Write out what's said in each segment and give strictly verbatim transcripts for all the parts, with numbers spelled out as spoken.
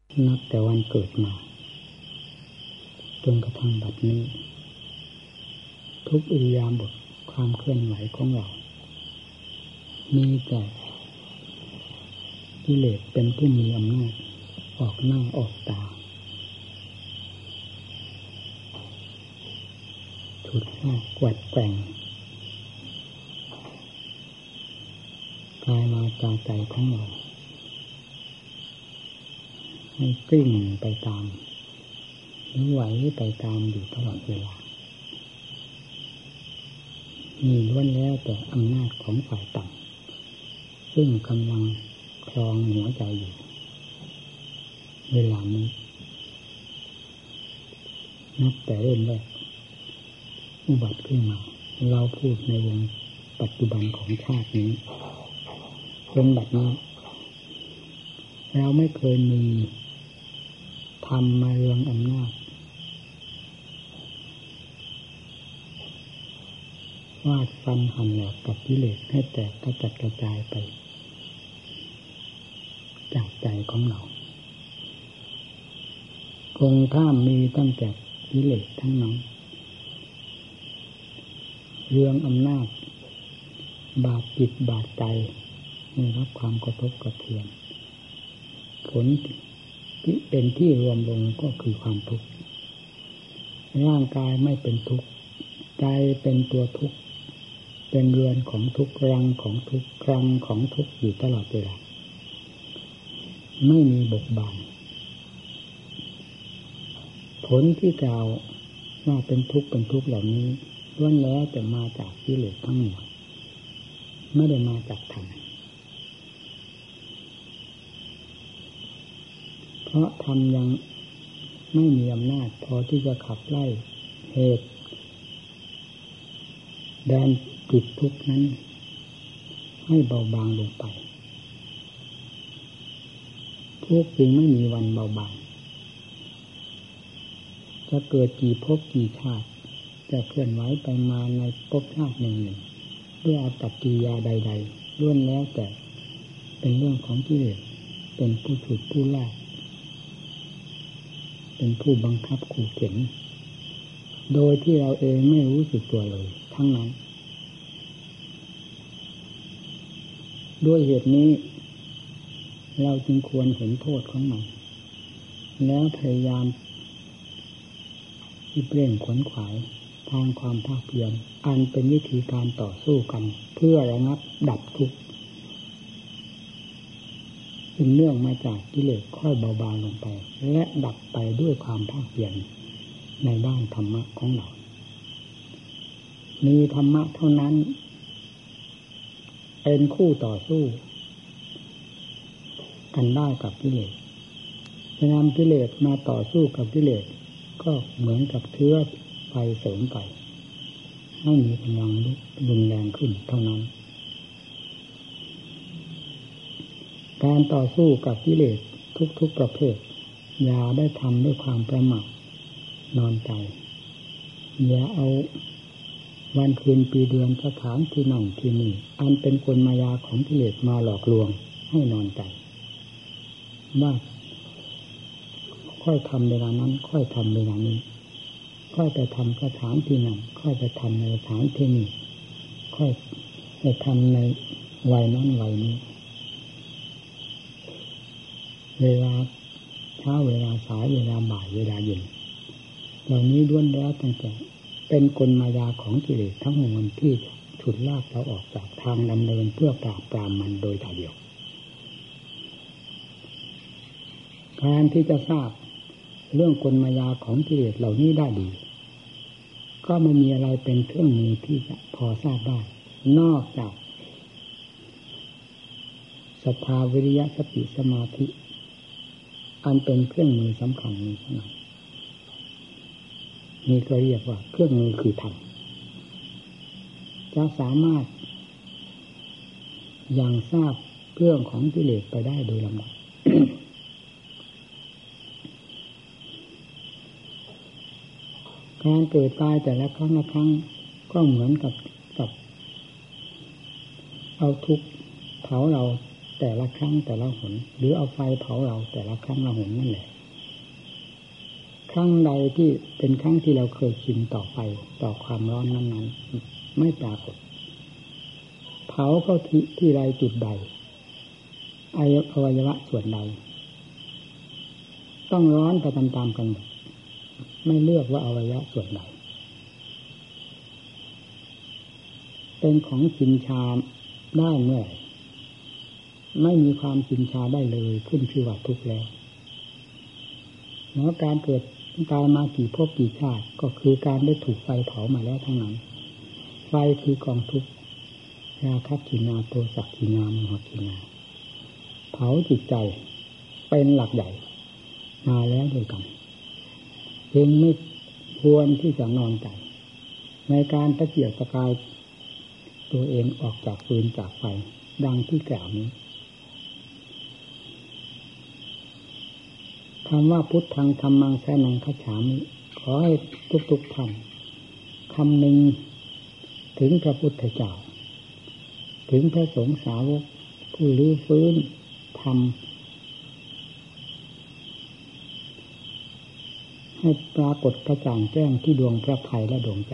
นับแต่วันเกิดมาจนกระทั่งบัดนี้ทุกอิริยาบถความเคลื่อนไหวของเรามีแต่กิเลสเป็นผู้มีอำนาจออกหน้าออกตาฉุดลากกวัดแกว่งกายวาจาใจของเราให้กลิ้งไปตามหรือไหวไปตามอยู่ตลอดเวลามีล้วนแล้วแต่อำนาจของฝ่ายต่ำซึ่งกำลังครองหัวใจอยู่เวลานี้นับแต่เริ่มแรกอุบัติขึ้นมาเราพูดในวงปัจจุบันของชาตินี้จนบัดนี้เราไม่เคยมีธรรมมาเรืองอำนาจวาดฟันหั่นแหลกกับกิเลสให้แตกกระจัดกระจายไปจากใจของเราคงข้ามมีตั้งแต่กิเลสทั้งนั้นเรื่องอำนาจบาดจิตบาดใจได้รับความกระทบกระเทือนผลที่เป็นที่รวมลงก็คือความทุกข์ร่างกายไม่เป็นทุกข์ใจเป็นตัวทุกข์เป็นเรือนของทุกข์รังของทุกข์ครังของทุกข์อยู่ตลอดเวลาไม่มีบกบานผลที่กล่าวว่าเป็นทุกข์เป็นทุกข์เหล่านี้ล้วนแล้วแต่มาจากกิเลสทั้งหมดไม่ได้มาจากธรรมเพราะธรรมยังไม่มีอำนาจพอที่จะขับไล่เหตุแดนจิตทุกข์นั้นให้เบาบางลงไปทุกข์จึงไม่มีวันเบาบางจะเกิดกี่ภพกี่ชาติจะเคลื่อนไหวไปมาในภพชาติหนึ่งหนึ่งด้วยอากัปกิริยาใดๆล้วนแล้วแต่เป็นเรื่องของกิเลสเป็นผู้ฉุดผู้ลากเป็นผู้บังคับขู่เข็นโดยที่เราเองไม่รู้สึกตัวเลยทั้งนั้นด้วยเหตุนี้เราจึงควรเห็นโทษของมันแล้วพยายามรีบเร่งขวนขวายทางความภาคเพียรอันเป็นวิธีการต่อสู้กันเพื่อระงับดับทุกข์ซึ่งเนื่องมาจากกิเลสค่อยเบาบางลงไปและดับไปด้วยความภาคเพียรในด้านธรรมะของเรามีธรรมะเท่านั้นเป็นคู่ต่อสู้กันได้กับกิเลสจะนำกิเลสมาต่อสู้กับกิเลสก็เหมือนกับเชื้อไฟเสริมไปให้มีกำลังรุนแรงขึ้นเท่านั้นการต่อสู้กับกิเลสทุกๆประเภทอย่าได้ทำด้วยความประมาทนอนใจอย่าเอาวันคืนปีเดือนสถานที่นั่นที่นี่อันเป็นกลมายาของกิเลสมาหลอกลวงให้นอนใจว่าค่อยทำเวลานั้นค่อยทำเวลานี้ค่อยไปทำสถานที่นั้นค่อยไปทำในสถานที่นี้ค่อยไปทำในวัยนั้นวัยนี้เวลาเช้าเวลาสายเวลาบ่ายเวลาเย็นเหล่านี้ล้วนแล้วตั้งแต่เป็นกลมายาของกิเลสทั้งมวลที่ฉุดลากเราออกจากทางดำเนินเพื่อปราบปรามมันโดยถ่ายเดียวการที่จะทราบเรื่องกลมายาของกิเลสเหล่านี้ได้ดีก็ไม่มีอะไรเป็นเครื่องมือที่จะพอทราบได้นอกจากศรัทธาวิริยะสติสมาธิอันเป็นเครื่องมือสำคัญนี้เท่านั้นนี่ก็เรียกว่าเครื่องมือคือธรรมจะสามารถยังทราบเรื่องของกิเลสไปได้โดยลำดับ การเกิดตายแต่ละครั้งละครั้งก็เหมือนกับกับเอาทุกข์เผาเราแต่ละครั้งแต่ละหนหรือเอาไฟเผาเราแต่ละครั้งละหนนั่นแหละครั้งใดที่เป็นครั้งที่เราเคยชินต่อไฟต่อความร้อนนั้นๆไม่ปรากฏเผาเข้าที่ที่ใดจุดใดอวัยวะส่วนใดต้องร้อนไปตามๆกันหมดไม่เลือกว่าอวัยวะส่วนใดเป็นของชินชาได้เมื่อไหร่ไม่มีความชินชาได้เลยขึ้นชื่อว่าทุกข์แล้วแล้วการเกิดตายมากี่ภพกี่ชาติก็คือการได้ถูกไฟเผามาแล้วทั้งนั้นไฟคือกองทุกข์ราคะกินาโทสะกินาโมหกินาเผาจิตใจเป็นหลักใหญ่มาแล้วด้วยกันจึงไม่ควรที่จะนอนใจในการตะเกียกตะกายตัวเองออกจากฟืนจากไฟดังที่กล่าวนี้คำว่าพุทธังธัมมังสรณังคัจฉามิขอให้ทุกๆท่านคำหนึ่งถึงพระพุทธเจ้าถึงพระสงฆ์สาวกผู้รื้อฟื้นธรรมให้ปรากฏกระจ่างแจ้งที่ดวงพระทัยและดวงใจ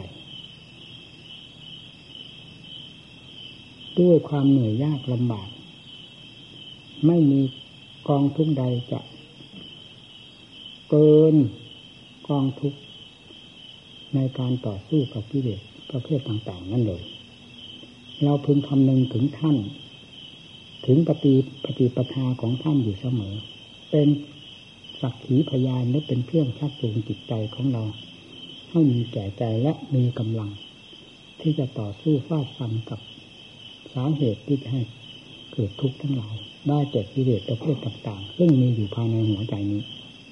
ด้วยความเหนื่อยยากลำบากไม่มีกองทุกข์ใดจะเกินกองทุกข์ในการต่อสู้กับกิเลสประเภทต่างๆนั่นเลยเราพึงคำนึงถึงท่านถึงปฏิปฏิปทาของท่านอยู่เสมอเป็นสักขีพยานและเป็นเครื่องชักจูงจิตใจของเราให้มีแก่ใจและมีกำลังที่จะต่อสู้ฟาดฟันกับสาเหตุที่จะให้เกิดทุกข์ทั้งหลายได้แก่กิเลสประเภทต่างๆซึ่งมีอยู่ภายในหัวใจนี้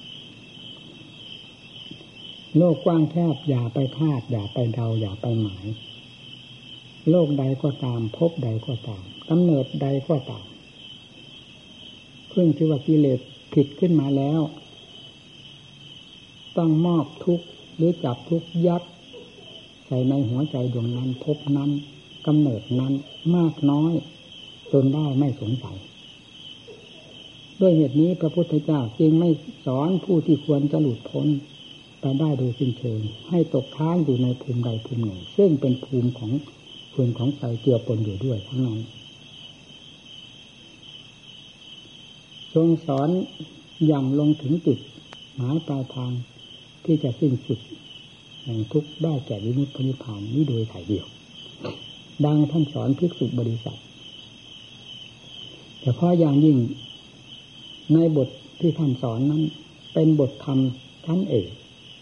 โลกกว้างแคบอย่าไปคาดอย่าไปเดาอย่าไปหมายโลกใดก็ตามภพใดก็ตามกำเนิดใดก็ตามเพิ่งชื่อว่ากิเลสผิดขึ้นมาแล้วต้องมอบทุกข์หรือจับทุกข์ยัดใส่ในหัวใจดวงนั้นภพนั้นกำเนิดนั้นมากน้อยจนได้ไม่สงสัยด้วยเหตุนี้พระพุทธเจ้าจึงไม่สอนผู้ที่ควรจะหลุดพ้นไปได้โดยสิ้นเชิงให้ตกค้างอยู่ในภูมิใดภูมิหนึ่งซึ่งเป็นภูมิของฟืนของไฟเจือปนอยู่ด้วยทั้งนั้นทรงสอนอย่างลงถึงจุดหมายปลายทางที่จะสิ้นสุดแห่งทุกข์ได้แก่วิมุตตินิพพานนี้โดยถ่ายเดียวดังท่านสอนภิกษุบริษัทแต่เพราะอย่างยิ่งในบทที่ท่านสอนนั้นเป็นบทธรรมชั้นเอก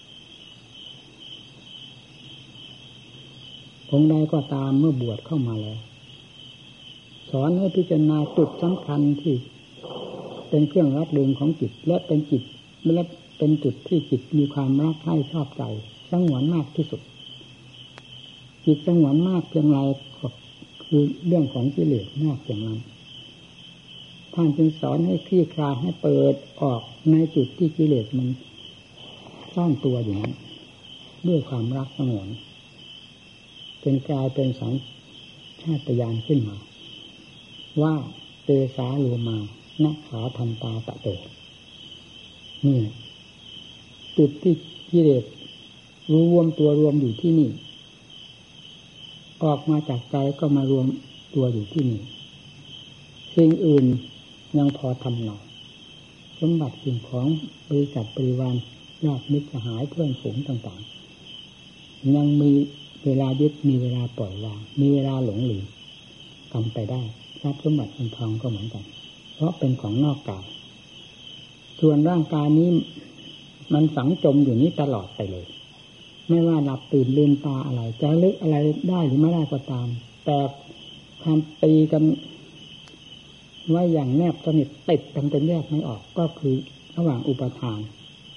องค์ใดก็ตามเมื่อบวชเข้ามาแล้วสอนให้พิจารณาจุดสำคัญที่เป็นเครื่องรับเรื่องของจิตและเป็นจิตและเป็นจุดที่จิตมีความรักใคร่ชอบใจสงวนมากที่สุดจิตสงวนมากเพียงไรก็คือเรื่องของกิเลสมากอย่างนั้นท่านจึงสอนให้คลี่คลายให้เปิดออกในจุดที่กิเลสมันซ่อนตัวอยู่นั้นด้วยความรักสงวนเป็นกลายเป็นสัญชาตญาณขึ้นมาว่าเตสาโลมานะขาทันตาตะโตนี่จุดที่กิเลสรวมตัวรวมอยู่ที่นี่ออกมาจากใจก็มารวมตัวอยู่ที่นี่สิ่งอื่นยังพอทำหน่อยสมบัติสิ่งของบริษัทบริวารญาติมิตรสหายเพื่อนฝูงต่างๆยังมีเวลายึดมีเวลาปล่อยวางมีเวลาหลงหลืมกันไปได้ทรัพย์สมบัติเงินทองก็เหมือนกันเพราะเป็นของนอกกายส่วนร่างกายนี้มันฝังจมอยู่นี้ตลอดไปเลยไม่ว่าหลับตื่นลืมตาอะไรจะลึกอะไรได้หรือไม่ได้ก็ตามแต่ความตีกันไว้อย่างแนบสนิทติดกันจนแยกไม่ออกก็คือระหว่างอุปทาน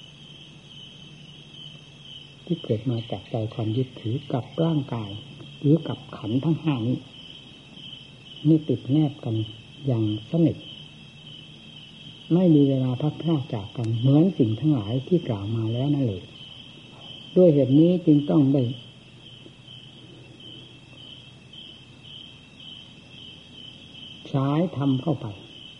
ที่เกิดมาจากใจความยึดถือกับร่างกายหรือกับขันธ์ทั้งห้านี้นี่ติดแนบกันอย่างสนิทไม่มีเวลาพักพลาดจากกันเหมือนสิ่งทั้งหลายที่กล่าวมาแล้วนั่นเลยด้วยเหตุนี้จึงต้องได้ฉายธรรมเข้าไป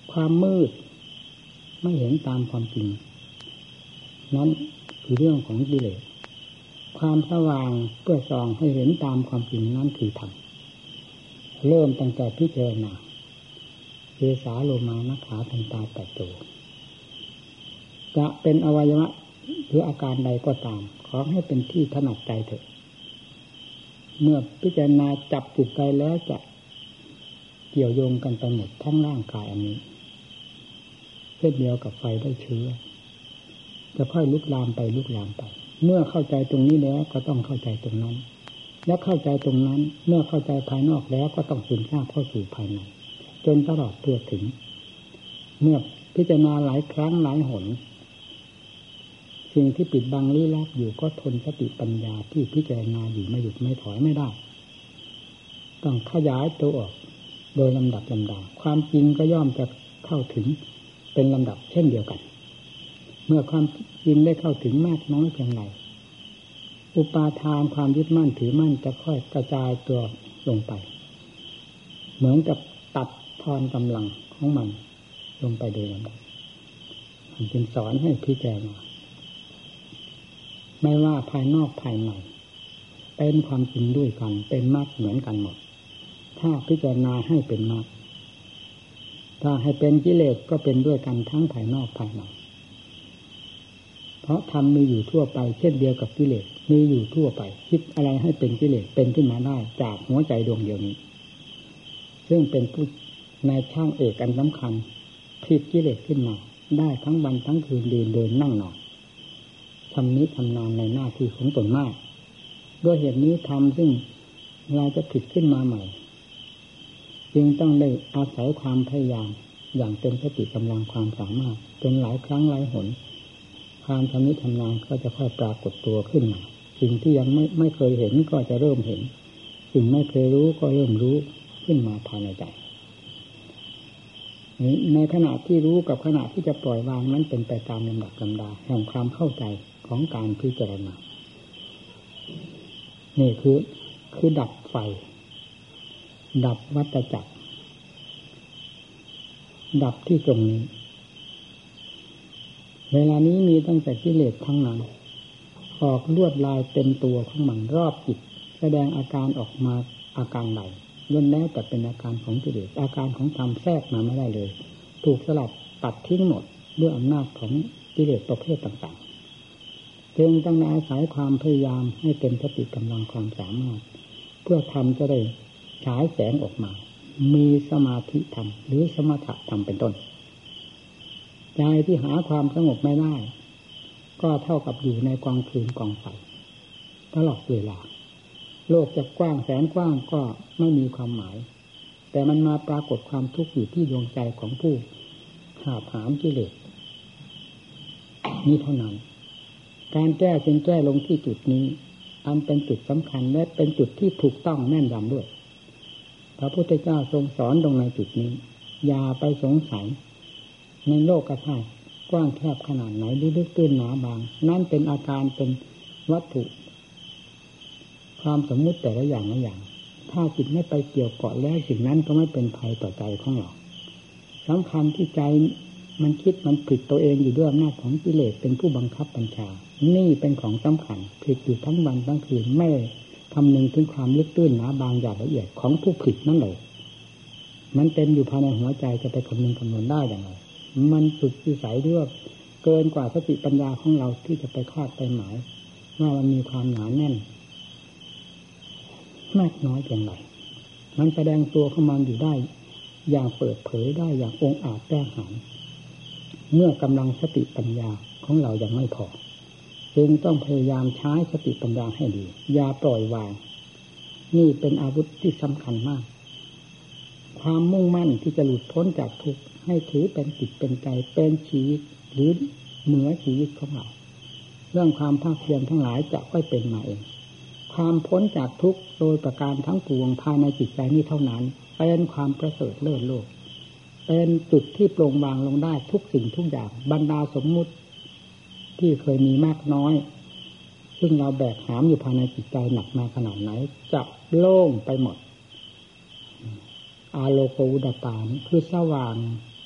ความมืดไม่เห็นตามความจริงนั้นคือเรื่องของกิเลสความสว่างเพื่อส่องให้เห็นตามความจริงนั้นคือธรรมเริ่มตั้งแต่พิจารณาเกสาโลมานะขาทันตาตัดโตจะเป็นอวัยวะหรืออาการใดก็ตามขอให้เป็นที่ถนัดใจเถอะเมื่อพิจารณาจับจุดใจแล้วจะเกี่ยวโยงกันไปหมดทั้งร่างกายอันนี้เช่นเดียวกับไฟได้เชื้อจะค่อยลุกลามไปลุกลามไปเมื่อเข้าใจตรงนี้แล้วก็ต้องเข้าใจตรงนั้นและเข้าใจตรงนั้นเมื่อเข้าใจภายนอกแล้วก็ต้องซึมซาบเข้าสู่ภายในจนตลอดตัวถึงเมื่อพิจารณาหลายครั้งหลายหนสิ่งที่ปิดบังลี้ลับอยู่ก็ทนสติปัญญาที่พิจารณาอยู่ไม่หยุดไม่ถอยไม่ได้ต้องขยายตัวออกโดยลำดับลำดาความจริงก็ย่อมจะเข้าถึงเป็นลำดับเช่นเดียวกันเมื่อความจริงได้เข้าถึงมากน้อยเพียงไรอุปาทานความยึดมั่นถือมั่นจะค่อยกระจายตัวลงไปเหมือนกับตัดทอนกำลังของมันลงไปโดยลำดับมันจึงสอนให้พิจารณาไม่ว่าภายนอกภายในเป็นความจริงด้วยกันเป็นมรรคเหมือนกันหมดถ้าพิจารณาให้เป็นมรรคถ้าให้เป็นกิเลสก็เป็นด้วยกันทั้งภายนอกภายในเพราะธรรมมีอยู่ทั่วไปเช่นเดียวกับกิเลสมีอยู่ทั่วไปคิดอะไรให้เป็นกิเลสเป็นขึ้นมาได้จากหัวใจดวงเดียวนี้ซึ่งเป็นผู้นายช่างเอกอันสำคัญผลิตกิเลสขึ้นมาได้ทั้งวันทั้งคืนเดินเดินนั่งนอนทำนี้ทำนานในหน้าที่ของตนมากด้วยเหตุนี้ทำซึ่งเราจะผลิตขึ้นมาใหม่จึงต้องได้อาศัยความพยายามอย่างเต็มสติกำลังความสามารถเป็นหลายครั้งหลายหนความทำนี้ทำนานก็จะค่อยปรากฏตัวขึ้นมาสิ่งที่ยังไม่ไม่เคยเห็นก็จะเริ่มเห็นสิ่งไม่เคยรู้ก็เริ่มรู้ขึ้นมาภายในใจในขณะที่รู้กับขณะที่จะปล่อยวางนั้นเป็นไปตามลำดับลำดาแห่งความเข้าใจของการพิจารณานี่คือคือดับไฟดับวัฏจักรดับที่ตรงนี้เวลานี้มีตั้งแต่กิเลสทั้งนั้นออกลวดลายเต็มตัวของมันรอบจิตแสดงอาการออกมาอาการใดล้วนแล้วแต่เป็นอาการของกิเลสอาการของธรรมแทรกมาไม่ได้เลยถูกสลัดตัดทิ้งหมดด้วยอำนาจของกิเลสประเภทต่างๆจึงต้องอาศัยความพยายามให้เต็มสติกำลังความสามารถเพื่อธรรมจะได้ฉายแสงออกมามีสมาธิธรรมหรือสมถะธรรมเป็นต้นใจที่หาความสงบไม่ได้ก็เท่ากับอยู่ในกองคืนกองไฟตลอดเวลาโลกจะกว้างแสนกว้างก็ไม่มีความหมายแต่มันมาปรากฏความทุกข์อยู่ที่ดวงใจของผู้หาผามกิเลสนี้เท่านั้นการแก้จึงแก้ลงที่จุดนี้อันเป็นจุดสำคัญและเป็นจุดที่ถูกต้องแม่นยำด้วยพระพุทธเจ้าทรงสอนตรงในจุดนี้อย่าไปสงสัยในโลกธาตุกว้างแคบขนาดไหนลึกตื้นหนาบางนั่นเป็นอาการเป็นวัตถุความสมมุติแต่ละอย่างละอย่างถ้าจิตไม่ไปเกี่ยวเกาะแล้วสิ่งนั้นก็ไม่เป็นภัยต่อใจของเราสำคัญที่ใจมันคิดมันผิดตัวเองอยู่ด้วยอำนาจของกิเลสเป็นผู้บังคับบัญชานี่เป็นของสำคัญผิดอยู่ทั้งวันทั้งคืนไม่คำนึงถึงความลึกตื้นหนาบางอย่างละเอียดของผู้ผิดนั่นเลยมันเต็มอยู่ภายในหัวใจจะไปคำนึงคำนวณได้อย่างไรมันสุดวิสัยด้วยเกินกว่าสติปัญญาของเราที่จะไปคาดไปหมายว่ามันมีความหนาแน่นมากน้อยเพียงไรมันแสดงตัวเข้ามาอยู่ได้อย่างเปิดเผยได้อย่างองอาจแก้หาญเมื่อกำลังสติปัญญาของเรายังไม่พอจึงต้องพยายามใช้สติปัญญาให้ดีอย่าปล่อยวางนี่เป็นอาวุธที่สำคัญมากความมุ่งมั่นที่จะหลุดพ้นจากทุกข์ให้ถือเป็นจิตเป็นใจเป็นชีวิตหรือเหนือชีวิตของเราเรื่องความภาคเพียรทั้งหลายจะค่อยเป็นมาเองความพ้นจากทุกข์โดยประการทั้งปวงภายในจิตใจนี้เท่านั้นเป็นความประเสริฐเลิศโลกเป็นจุดที่โปร่งวางลงได้ทุกสิ่งทุกอย่างบรรดาสมมุติที่เคยมีมากน้อยซึ่งเราแบกหามอยู่ภายในจิตใจหนักมาขนาดไหนจะโล่งไปหมดอาโลโกอุดตานคือสว่าง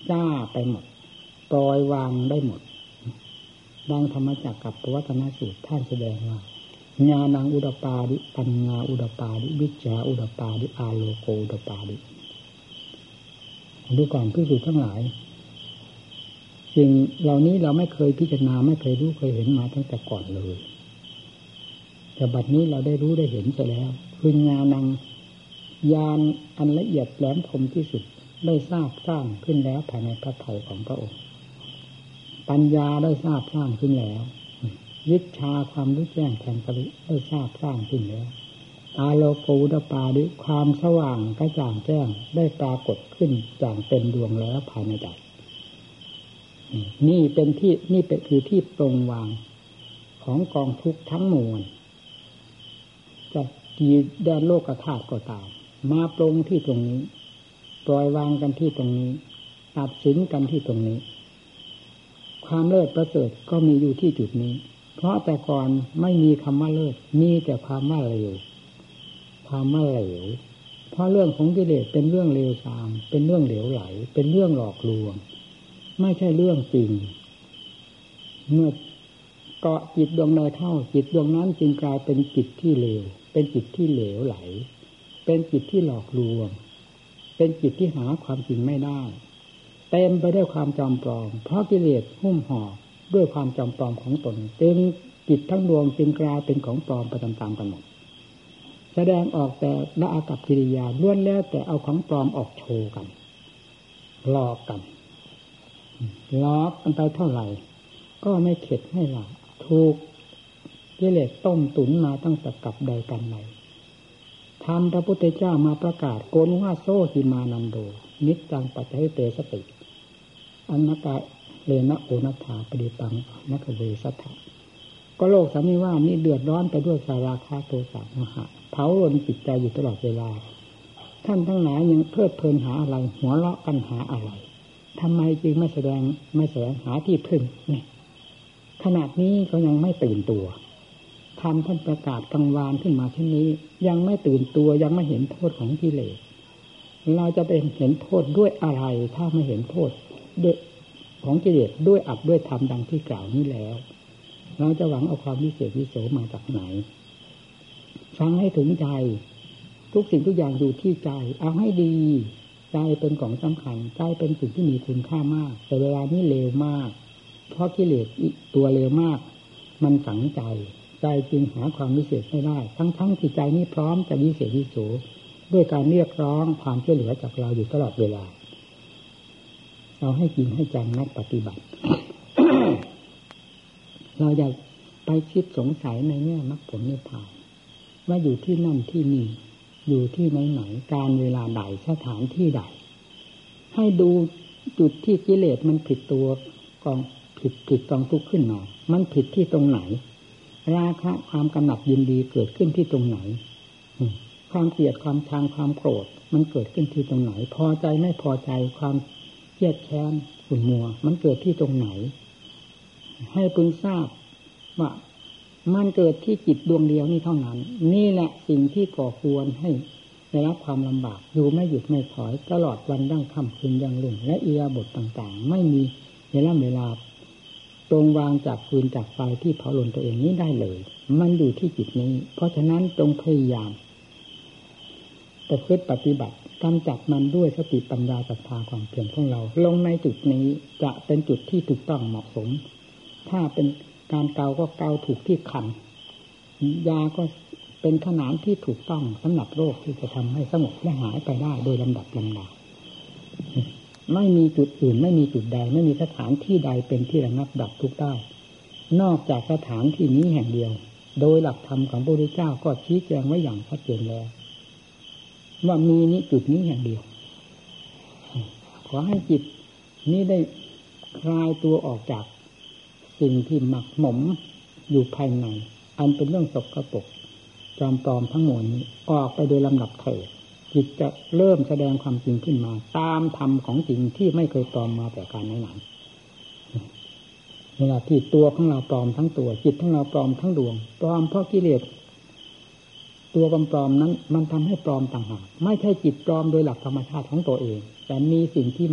จ้าไปหมดปล่อยวางได้หมดดังธรรมจักรกับปวัตตนสูตรท่านแสดงว่าญาณังอุดปาดิปัญญาอุดปาดิวิชชาอุดปาดิอาโลโกอุดปาดิดูก่อนผู้สูทั้งหลายสิ่งเหล่านี้เราไม่เคยพิจารณาไม่เคยรู้เคยเห็นมาตั้งแต่ก่อนเลยแต่บัดนี้เราได้รู้ได้เห็นไปแล้วคือญาณังญาณอันละเอียดแหลมคมที่สุดได้ทราบสร้างขึ้นแล้วภายในพระทัยของพระองค์ปัญญาได้ทราบสร้างขึ้นแล้ววิชาความรู้แจ้งแทงตะลุได้ทราบสร้างขึ้นแล้วอาโลโกอุดปาดิความสว่างกระจ่างแจ้งได้ปรากฏขึ้นอย่างเต็มดวงแล้วภายในใจนี่เป็นที่นี่เป็นคือที่ปรงวางของกองทุกข์ทั้งมวลจะกี่แดนโลกธาตุก็ตามมาปรงที่ตรงนี้ปล่อยวางกันที่ตรงนี้ตัดสินกันที่ตรงนี้ความเลิศประเสริฐก็มีอยู่ที่จุดนี้เพราะแต่ก่อนไม่มีคำว่าเลิศมีแต่ความว่าเลวความว่าเหลวเพราะเรื่องของกิเลสเป็นเรื่องเลวทรามเป็นเรื่องเหลวไหลเป็นเรื่องหลอกลวงไม่ใช่เรื่องจริงเมื่อเกาะจิตดวงใดเข้าจิตดวงนั้นจึงกลายเป็นจิตที่เลวเป็นจิตที่เหลวไหลเป็นจิตที่หลอกลวงเป็นจิตที่หาความจริงไม่ได้เต็มไปด้วยความจอมปลอมเพราะกิเลสหุ้มห่อด้วยความจอมปลอมของตนจึงจิตทั้งดวงจึงกลายเป็นของปลอมไปตามๆกันหมดแสดงออกแต่ละอากัปกิริยาล้วนแล้วแต่เอาของปลอมออกโชว์กันหลอกกันล้อกันไปเท่าไหร่ก็ไม่เข็ดไม่หลาบถูกกิเลสต้มตุ๋นมาตั้งแต่กับใดกันใดทำพระพุทธเจ้ามาประกาศโกนว่าโซหิมานันโดนิจจังปัจจัยเตสติอันนกะเลนะโอนัฏฐาปริตังนักเวสัทธะก็โลกสามีว่านี่เดือดร้อนไปด้วยสาราคาโทสะโมหะเผารนจิตใจอยู่ตลอดเวลาท่านทั้งหลายยังเพลิดเพลินหาอะไรหัวเราะกันหาอะไรทำไมจึงไม่แสดงไม่แสวงหาที่พึ่งนี่ขนาดนี้เขายังไม่ตื่นตัวทำท่านประกาศกังวานขึ้นมาเช่นนี้ยังไม่ตื่นตัวยังไม่เห็นโทษของกิเลสเราจะไปเห็นโทษด้วยอะไรถ้าไม่เห็นโทษด้วยของกิเลสด้วยอัดด้วยธรรมดังที่กล่าวนี้แล้วเราจะหวังเอาความวิเศษวิโสมาจากไหนฟังให้ถึงใจทุกสิ่งทุกอย่างอยู่ที่ใจเอาให้ดีใจเป็นของสำคัญใจเป็นสิ่งที่มีคุณค่ามากแต่เวลานี้เลวมากเพราะกิเลสตัวเลวมากมันฝังใจใจจึงหาความวิเศษไม่ได้ทั้งๆที่ใจนี้พร้อมจะวิเศษวิโสด้วยการเรียกร้องความช่วยเหลือจากเราอยู่ตลอดเวลาเราให้จริงให้จังนักปฏิบัติ เราอย่าไปคิดสงสัยในแง่มรรคผลนิพพานว่าอยู่ที่นั่นที่นี่อยู่ที่ไหนไหนการเวลาใดสถานที่ใดให้ดูจุดที่กิเลสมันผิดตัวกองผิดผิดกองทุกข์ขึ้นมามันผิดที่ตรงไหนราคะความกำหนัดยินดีเกิดขึ้นที่ตรงไหนความเกลียดความชังความโกรธมันเกิดขึ้นที่ตรงไหนพอใจไม่พอใจความเครียดแค้นขุ่นมัวมันเกิดที่ตรงไหนให้พึงทราบว่ามันเกิดที่จิตดวงเดียวนี่เท่านั้นนี่แหละสิ่งที่ก่อควรให้ได้รับความลำบากอยู่ไม่หยุดไม่ถอยตลอดวันดั้งค่ำคืนยังรุ่งและอิริยาบถต่างๆไม่มีเวลาเวลาตรงวางจากฟืนจากไฟที่เผาลนตัวเองนี้ได้เลยมันอยู่ที่จิตนี้เพราะฉะนั้นจงพยายามประพฤติปฏิบัติกำจัดมันด้วยสติปัญญาศรัทธาความเพียรของเราลงในจุดนี้จะเป็นจุดที่ถูกต้องเหมาะสมถ้าเป็นการเกาก็เกาถูกที่คันยาก็เป็นขนานที่ถูกต้องสำหรับโรคที่จะทำให้สงบและหายไปได้โดยลำดับลำดับไม่มีจุดอื่นไม่มีจุดใดไม่มีสถานที่ใดเป็นที่ระงับดับทุกข์ได้นอกจากสถานที่นี้แห่งเดียวโดยหลักธรรมของพระพุทธเจ้าก็ชี้แจงไว้อย่างชัดเจนแล้วว่ามีนี้จุดนี้แห่งเดียวขอให้จิตนี้ได้คลายตัวออกจากสิ่งที่หมักหมมอยู่ภายในอันเป็นเรื่องสกปรกจอมปลอมทั้งหมดนี้ออกไปโดยลำดับเถิดจิตจะเริ่มแสดงความจริงขึ้นมาตามธรรมของจริงที่ไม่เคยปลอมมาแต่การไหนๆเวลาที่ตัวของเราปลอมทั้งตัวจิตของเราปลอมทั้งดวงปลอมเพราะกิเลสตัวปลอมๆนั้นมันทำให้ปลอมต่างหากไม่ใช่จิตปลอมโดยหลักธรรมชาติของตัวเองแต่มีสิ่งที่มา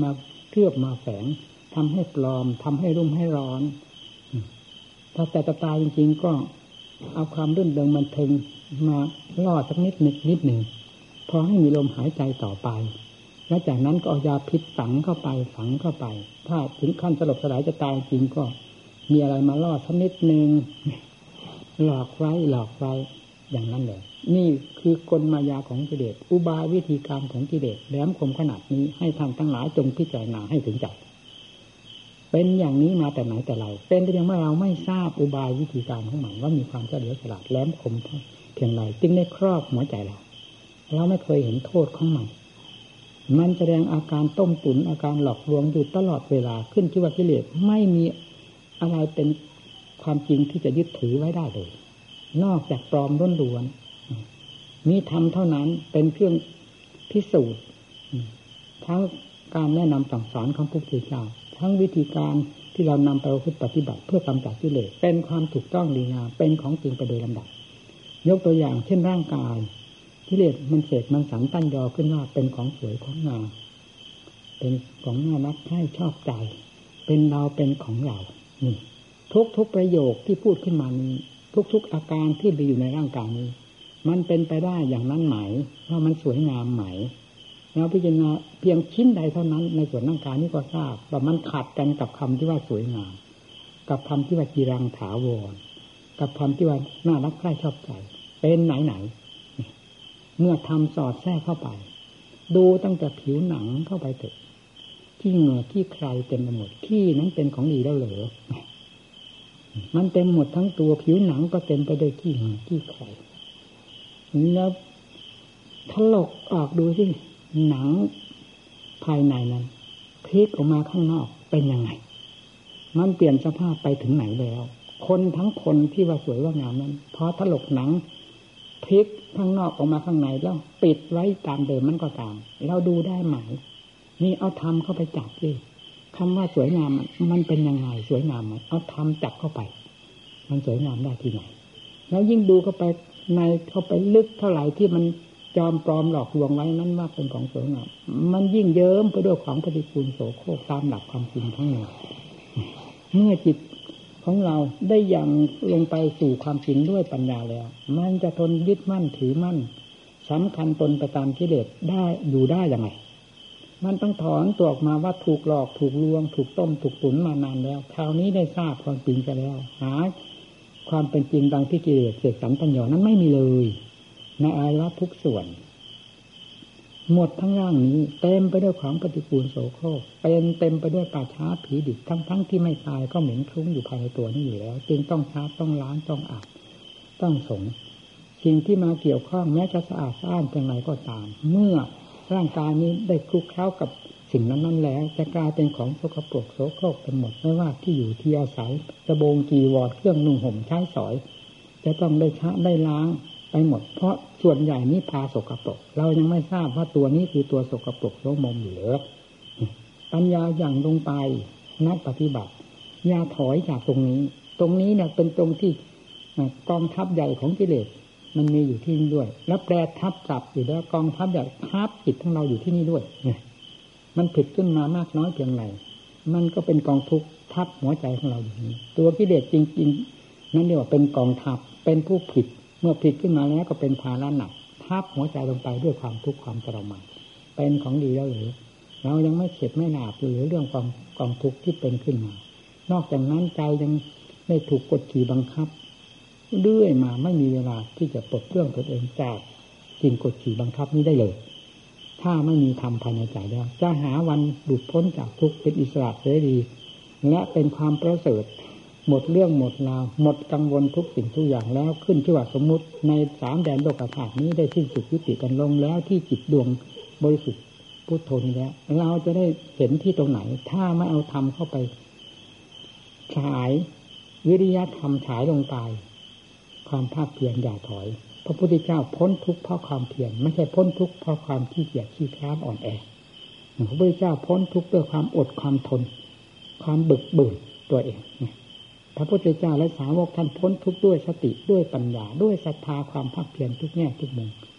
เคลือบมาแฝงทำให้ปลอมทำให้รุ่มให้ร้อนถ้าแต่ตายจริงๆก็เอาความรื่นเริงบันเทิงมาล่อสักนิดนิดนิดหนึ่งพอให้มีลมหายใจต่อไปแล้วจากนั้นก็เอายาพิษฝังเข้าไปฝังเข้าไปถ้าถึงขั้นสลบสลายจะตายจริงก็มีอะไรมาล่อสักนิดหนึ่งหลอกไว้หลอกไว้อย่างนั้นเลยนี่คือกลมายาของกิเลสอุบายวิธีการของกิเลสแหลมคมขนาดนี้ให้ท่านทั้งหลายจงพิจารณาให้ถึงใจเป็นอย่างนี้มาแต่ไหนแต่ไรเป็นแต่เพียงว่าเราไม่ทราบอุบายวิธีการของมันว่ามีความเฉลียวฉลาดแหลมคมเพียงไรจึงได้ครอบหัวใจเราเราไม่เคยเห็นโทษของมันมันแสดงอาการต้มตุ๋นอาการหลอกลวงอยู่ตลอดเวลาขึ้นที่ว่ากิเลสไม่มีอะไรเป็นความจริงที่จะยึดถือไว้ได้เลยนอกจากปลอมล้วนๆมีธรรมเท่านั้นเป็นเครื่องพิสูจน์ทั้งการแนะนำสั่งสอนของพระพุทธเจ้าทั้งวิธีการที่เรานำไปปฏิบัติเพื่อกำจัดกิเลสเป็นความถูกต้องดีงามเป็นของจริงไปโดยลำดับยกตัวอย่างเช่นร่างกายกิเลสมันเสกมันสรรตั้งยอขึ้นว่าเป็นของสวยของงามเป็นของน่ารักใคร่ชอบใจเป็นเราเป็นของเรานี่ทุกๆประโยคที่พูดขึ้นมานี้ทุกๆอาการที่มีอยู่ในร่างกายนี้มันเป็นไปได้อย่างนั้นไหมว่ามันสวยงามไหมเราพิจารณาเพียงชิ้นใดเท่านั้นในส่วนร่างกายนี้ก็ทราบว่ามันขัดกันกับคำที่ว่าสวยงามกับคำที่ว่าจีรังถาวรกับคำที่ว่าน่ารักใคร่ชอบใจเป็นไหนไหนเมื่อทำสอดแทรกเข้าไปดูตั้งแต่ผิวหนังเข้าไปเถอะที่เหงื่อที่ใครเต็มไปหมดขี้นั้นเป็นของดีแล้วเหรอมันเต็มหมดทั้งตัวผิวหนังก็เต็มไปด้วยขี้เหงื่อขี้ใครแล้วถลกออกดูสิหนังภายในนั้นพลิกออกมาข้างนอกเป็นยังไงมันเปลี่ยนสภาพไปถึงไหนแล้วคนทั้งคนที่ว่าสวยว่างามนั้นพอถลกหนังพลิกข้างนอกออกมาข้างในแล้วปิดไว้ตามเดิมมันก็ตามเราดูได้ไหมนี่เอาธรรมเข้าไปจับดิคำว่าสวยงามมันเป็นยังไงสวยงามไหมเอาธรรมจับเข้าไปมันสวยงามได้ที่ไหนแล้วยิ่งดูเข้าไปในเข้าไปลึกเท่าไหร่ที่มันจอมปลอมหลอกลวงไว้นั้นว่าเป็นของสวยงามมันยิ่งเยิ้มไปด้วยของปฏิกูลโสโครกตามหลักความจริงทั้งหมดเมื่อจิตของเราได้ยังลงไปสู่ความจริงด้วยปัญญาแล้วมันจะทนยึดมั่นถือมั่นสำคัญตนไปตามกิเลสได้อยู่ได้ยังไงมันต้องถอนตัวออกมาว่าถูกหลอกถูกลวงถูกต้มถูกตุ๋นมานานแล้วคราวนี้ได้ทราบความจริงกันแล้วหาความเป็นจริงดังที่กิเลสเสกสรรปัญญานั้นไม่มีเลยในอายะทุกส่วนหมดทั้งร่างนี้เต็มไปด้วยของปฏิกูลโสโครกเป็นเต็มไปด้วยป่าช้าผีดิบทั้งทั้งที่ไม่ตายก็เหม็นคลุ้งอยู่ภายในตัวนี้อยู่แล้วจึงต้องชาต้องล้างต้องอาบต้องสงสิ่งที่มาเกี่ยวข้องแม้จะสะอาดสะอ้านเพียงไรก็ตามเมื่อร่างกายนี้ได้คลุกเคล้ากับสิ่งนั้นๆแล้วจะกลายเป็นของสกปรกโสโครกไปหมดไม่ว่าที่อยู่ที่อาศัยกระโบงจีวรเครื่องนุ่งห่มใช้สอยจะต้องได้ชะได้ล้างไปหมดเพราะส่วนใหญ่นี้พาสกปรกเรายังไม่ทราบว่าตัวนี้คือตัวสกปรกโสมมอยู่หรือปัญญาอย่างลงไปนักปฏิบัติอย่าถอยจากตรงนี้ตรงนี้เนี่ยเป็นตรงที่กองทัพใหญ่ของกิเลสมันมีอยู่ที่นี่ด้วยแล้วแปรทับจับอยู่แล้วกองทัพใหญ่ทับจิตของเราอยู่ที่นี่ด้วยมันผิดขึ้นมามากน้อยเพียงไรมันก็เป็นกองทุกข์ทับหัวใจของเราอยู่นี้ตัวกิเลสจริงๆนั่นเรียกว่าเป็นกองทัพเป็นผู้ผิดเมื่อผิดขึ้นมาแล้วก็เป็นภาระหนักทับหัวใจลงไปด้วยความทุกข์ความทรมานเป็นของดีแล้วหรือเรายังไม่เข็ดไม่หลาบหรือเรื่องความกองทุกข์ที่เป็นขึ้นมานอกจากนั้นใจยังได้ถูกกดขี่บังคับเรื่อยมาไม่มีเวลาที่จะปลดเปลื้องตนเองจากสิ่งกดขี่บังคับนี้ได้เลยถ้าไม่มีธรรมภายในใจแล้วจะหาวันหลุดพ้นจากทุกข์เป็นอิสระเสรีและเป็นความประเสริฐหมดเรื่องหมดราวหมดกังวลทุกสิ่งทุกอย่างแล้วขึ้นชื่อว่าสมมุติในสามแดนโลกธาตุนี้ได้สิ้นสุดยุติกันลงแล้วที่จิตดวงบริสุทธิ์พุทโธนี้แล้วเราจะได้เห็นที่ตรงไหนถ้าไม่เอาธรรมเข้าไปฉายวิริยะธรรมฉายลงไปความภาคเพียรอย่าถอยพระพุทธเจ้าพ้นทุกข์เพราะความเพียรไม่ใช่พ้นทุกข์เพราะความขี้เกียจขี้คร้านอ่อนแอพระพุทธเจ้าพ้นทุกข์ด้วยความอดความทนความบึกบึนตัวเองพระพุทธเจ้าและสาวกท่านพ้นทุกข์ด้วยสติด้วยปัญญาด้วยศรัทธาความภาคเพียรทุกแง่ทุกมุม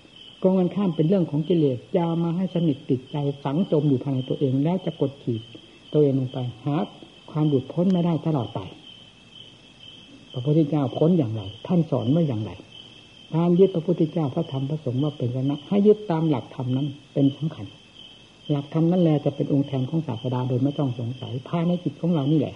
กองกันข้ามเป็นเรื่องของกิเลสยามาให้สนิทติดใจฝังจมอยู่ภายในตัวเองแล้วจะกดขี่ตัวเองลงไปหาความหลุดพ้นไม่ได้ตลอดไปพระพุทธเจ้าพ้นอย่างไรท่านสอนว่าอย่างไรการยึดพระพุทธเจ้าพระธรรมพระสงฆ์ว่าเป็นสนะให้ยึดตามหลักธรรมนั้นเป็นสำคัญหลักธรรมนั้นแหละจะเป็นองค์แทนของศาสดาโดยไม่ต้องสงสัยภายในจิตของเรานี่แหละ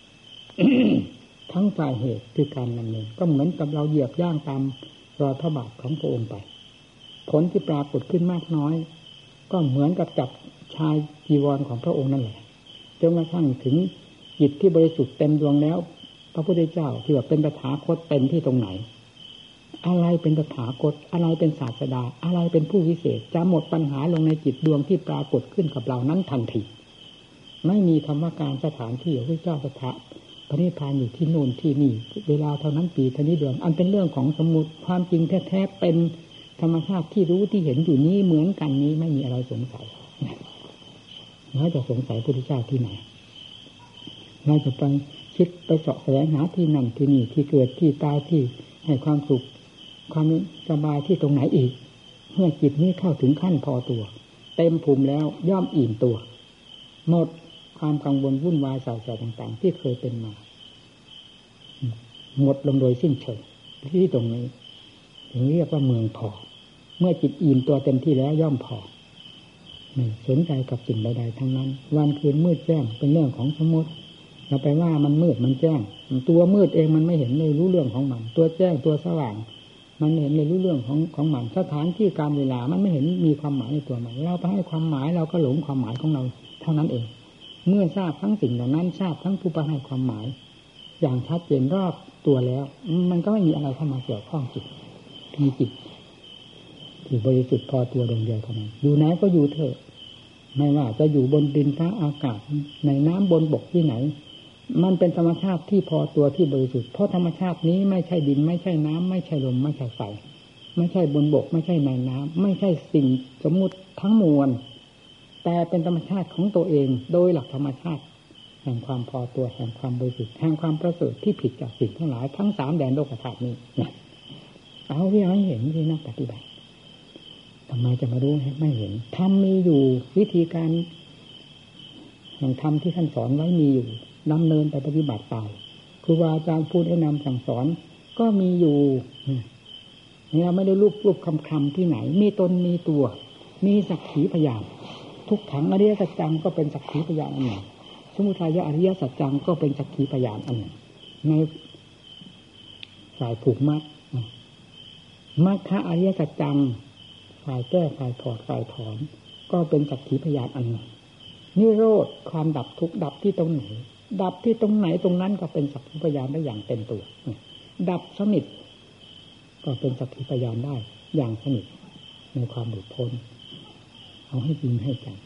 ทั้งฝ่ายเหตุคือการดำเนินก็เหมือนกับเราเหยียบย่างตามรอยพระบาทของพระองค์ไปผลที่ปรากฏขึ้นมากน้อยก็เหมือนกับจับชายจีวรของพระองค์นั่นแหละจนกระทั่งถึงจิตที่บริสุทธิ์เต็มดวงแล้วพระพุทธเจ้าที่ว่าเป็นตถาคตเต็มที่ตรงไหนอะไรเป็นตถาคตอะไรเป็นศาสดาอะไรเป็นผู้วิเศษจะหมดปัญหาลงในจิตดวงที่ปรากฏขึ้นกับเรานั้นทันทีไม่มีคำว่าการสถานที่พระพุทธเจ้าสถาพระนิพพานอยู่ที่โน่นที่นี่เวลาเท่านั้นปีเท่านี้เดือนอันเป็นเรื่องของสมมุติความจริงแท้ๆเป็นธรรมชาติที่รู้ที่เห็นอยู่นี้เหมือนกันนี้ไม่มีอะไรสงสัยน่าจะสงสัยพระพุทธเจ้าที่ไหนน่าจะไปคิดไปเสาะแสวงหาที่นั่นที่นี่ที่เกิดที่ตายที่ให้ความสุขความสบายที่ตรงไหนอีกเมื่อจิตนี้เข้าถึงขั้นพอตัวเต็มภูมิแล้วย่อมอิ่มตัวหมดความกังวลวุ่นวายเศร้าใจต่างๆที่เคยเป็นมาหมดลงโดยสิ้นเชิงที่ตรงนี้ถึงเรียกว่าเมืองพอเมื่อจิตอิ่มตัวเต็มที่แล้วย่อมพอไม่สนใจกับสิ่งใดๆทั้งนั้นวันคืนมืดแจ้งเป็นเรื่องของสมมติเราไปว่ามันมืดมันแจ้งตัวมืดเองมันไม่เห็นเลยรู้เรื่องของมันตัวแจ้งตัวสว่างมันเห็นเลยรู้เรื่องของของมันสถานที่การเวลามันไม่เห็นมีความหมายในตัวมันเราไปให้ความหมายเราก็หลงความหมายของเราเท่านั้นเองเมื่อทราบทั้งสิ่งเหล่านั้นทราบทั้งผู้ไปให้ความหมายอย่างชัดเจนรอบตัวแล้วมันก็ไม่มีอะไรเข้ามาเกี่ยวข้องจิตมีจิตที่บริสุทธิ์พอตัวดวงเดียวเท่านั้นอยู่ไหนก็อยู่เถอะไม่ว่าจะอยู่บนดินฟ้าอากาศในน้ำบนบกที่ไหนมันเป็นธรรมชาติที่พอตัวที่บริสุทธิ์เพราะธรรมชาตินี้ไม่ใช่ดินไม่ใช่น้ำไม่ใช่ลมไม่ใช่ไฟไม่ใช่บนบกไม่ใช่ในน้ำไม่ใช่สิ่งสมมุติทั้งมวลแต่เป็นธรรมชาติของตัวเองโดยหลักธรรมชาติแห่งความพอตัวแห่งความบริสุทธิ์แห่งความประเสริฐที่ผิดจากสิ่งทั้งหลายทั้งสามแดนโลกธาตุนี้นะเอาที่ให้เห็นที่นักปฏิบัติทำไมจะมารู้ไม่เห็นธรรมมีอยู่วิธีการแห่งธรรมที่ท่านสอนไว้มีอยู่ดำเนินไปปฏิบัติไปครูบาอาจารย์พูดแนะนำสั่งสอนก็มีอยู่เราไม่ได้รูปรูปคำคำที่ไหนมีตนมีตัวมีสักขีพยานทุกขังอริยสัจจังก็เป็นสักขีพยานอันหนึ่งสมุทัยอริยสัจจังก็เป็นสักขีพยานอันหนึ่งในฝ่ายผูกมัดมรรคอริยสัจจังฝ่ายแก้ฝ่ายถอดฝ่ายถอนก็เป็นสักขีพยานอันหนึ่งนิโรธความดับทุกข์ดับที่ตรงไหนดับที่ตรงไหนตรงนั้นก็เป็นสักขีพยานได้อย่างเต็มตัวดับสนิทก็เป็นสักขีพยานได้อย่างสนิทในความหลุดพ้นเอาให้จริงให้จัง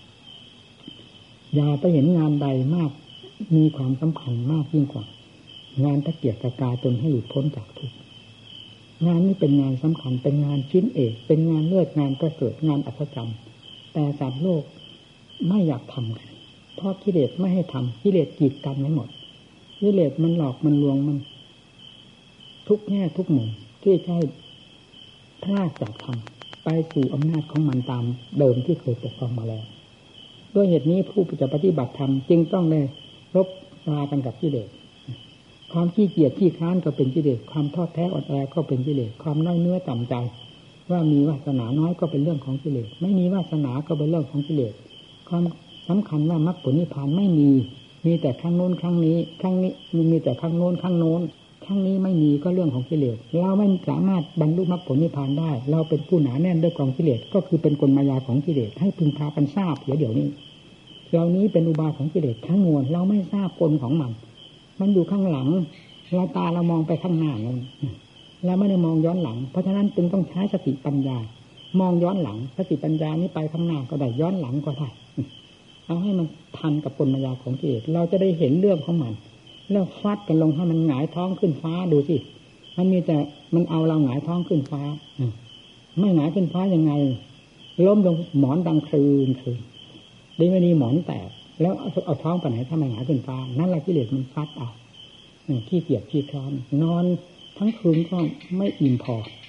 อย่าไปเห็นงานใดมากมีความสำคัญมากยิ่งกว่างานตะเกียกตะกายจนให้หลุดพ้นจากทุกข์งานนี้เป็นงานสำคัญเป็นงานชิ้นเอกเป็นงานเลิศงานประเสริฐงานอัศจรรย์แต่สัตว์โลกไม่อยากทำกันเพราะกิเลสไม่ให้ทำกิเลสกีดกันไว้หมดกิเลสมันหลอกมันลวงมันทุกแง่ทุกมุมที่ใช้พลาดจากธรรมไปสู่อำนาจของมันตามเดิมที่เคยปกครองมาแล้วด้วยเหตุนี้ผู้จะปฏิบัติธรรมจึงต้องได้รบรากันกับกิเลสความขี้เกียจขี้ค้านก็เป็นกิเลสความท้อแท้อ่อนแอก็เป็นกิเลสความน้อยเนื้อต่ำใจว่ามีวาสนาน้อยก็เป็นเรื่องของกิเลสไม่มีวาสนาก็เป็นเรื่องของกิเลสความสำคัญว่ามรรคผลนิพพานไม่มีมีแต่ครั้งโน้นครั้งนี้ครั้งนี้มีแต่ครั้งโน้นครั้งโน้นครั้งนี้ไม่มีก็เรื่องของกิเลสเราไม่สามารถบรรลุมรรคผลนิพพานได้เราเป็นผู้หนาแน่นด้วยกองกิเลสก็คือเป็นกลมายาของกิเลสให้พึงพากันทราบเดี๋ยวเดี๋ยวนี้เหล่านี้เป็นอุบายของกิเลสทั้งมวลเราไม่ทราบกลของมันมันอยู่ข้างหลังเราตาเรามองไปข้างหน้านั่นเราไม่ได้มองย้อนหลังเพราะฉะนั้นจึงต้องใช้สติปัญญามองย้อนหลังสติปัญญานี้ไปข้างหน้าก็ได้ย้อนหลังก็ได้เอาให้มันทันกับกลมายาของกิเลสเราจะได้เห็นเรื่องของมันแล้วฟัดกันลงให้มันหงายท้องขึ้นฟ้าดูสิมันมีแต่มันเอาเราหงายท้องขึ้นฟ้าไม่หงายขึ้นฟ้ายังไงล้มลงหมอนดังคลืนคลืนดีไม่ดีหมอนแตกแล้วเอาท้องไปไหนถ้าไม่หงายขึ้นฟ้านั่นแหละกิเลสมันฟัดเอาขี้เกียจขี้คร้านนอนทั้งคืนก็ไม่อิ่มพอ